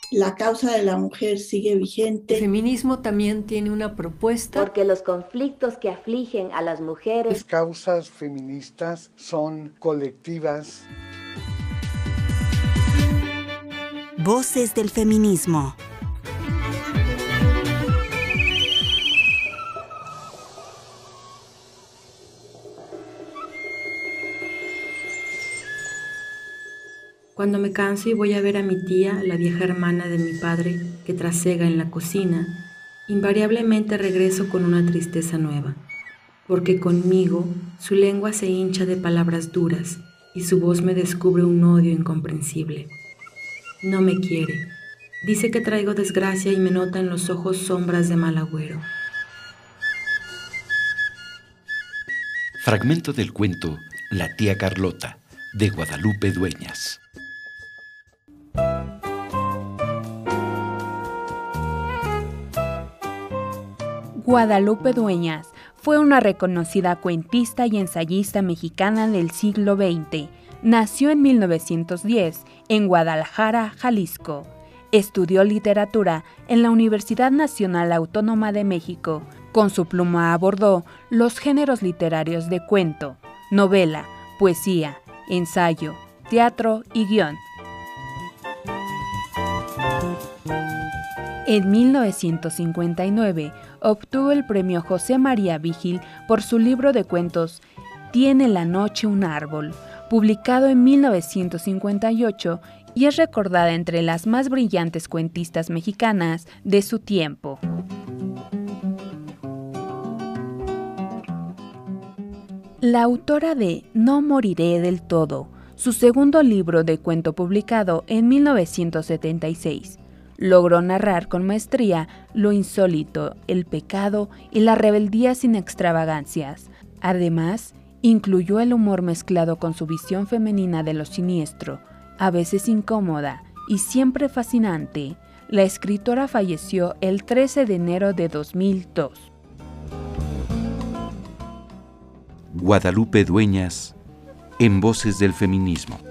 La causa de la mujer sigue El vigente. feminismo también tiene una propuesta. Porque los conflictos que afligen a las mujeres. Las causas feministas son colectivas. Voces del feminismo. Cuando me canso y voy a ver a mi tía, la vieja hermana de mi padre, que trasega en la cocina, invariablemente regreso con una tristeza nueva, porque conmigo su lengua se hincha de palabras duras y su voz me descubre un odio incomprensible. No me quiere. Dice que traigo desgracia y me nota en los ojos sombras de mal agüero. Fragmento del cuento La tía Carlota, de Guadalupe Dueñas. Guadalupe Dueñas fue una reconocida cuentista y ensayista mexicana del siglo XX. Nació en 1910 en Guadalajara, Jalisco. Estudió literatura en la Universidad Nacional Autónoma de México. Con su pluma abordó los géneros literarios de cuento, novela, poesía, ensayo, teatro y guión. En 1959 obtuvo el premio José María Vigil por su libro de cuentos Tiene la noche un árbol, publicado en 1958, y es recordada entre las más brillantes cuentistas mexicanas de su tiempo. La autora de No moriré del todo, su segundo libro de cuento publicado en 1976, logró narrar con maestría lo insólito, el pecado y la rebeldía sin extravagancias. Además, incluyó el humor mezclado con su visión femenina de lo siniestro, a veces incómoda y siempre fascinante. La escritora falleció el 13 de enero de 2002. Guadalupe Dueñas, en Voces del Feminismo.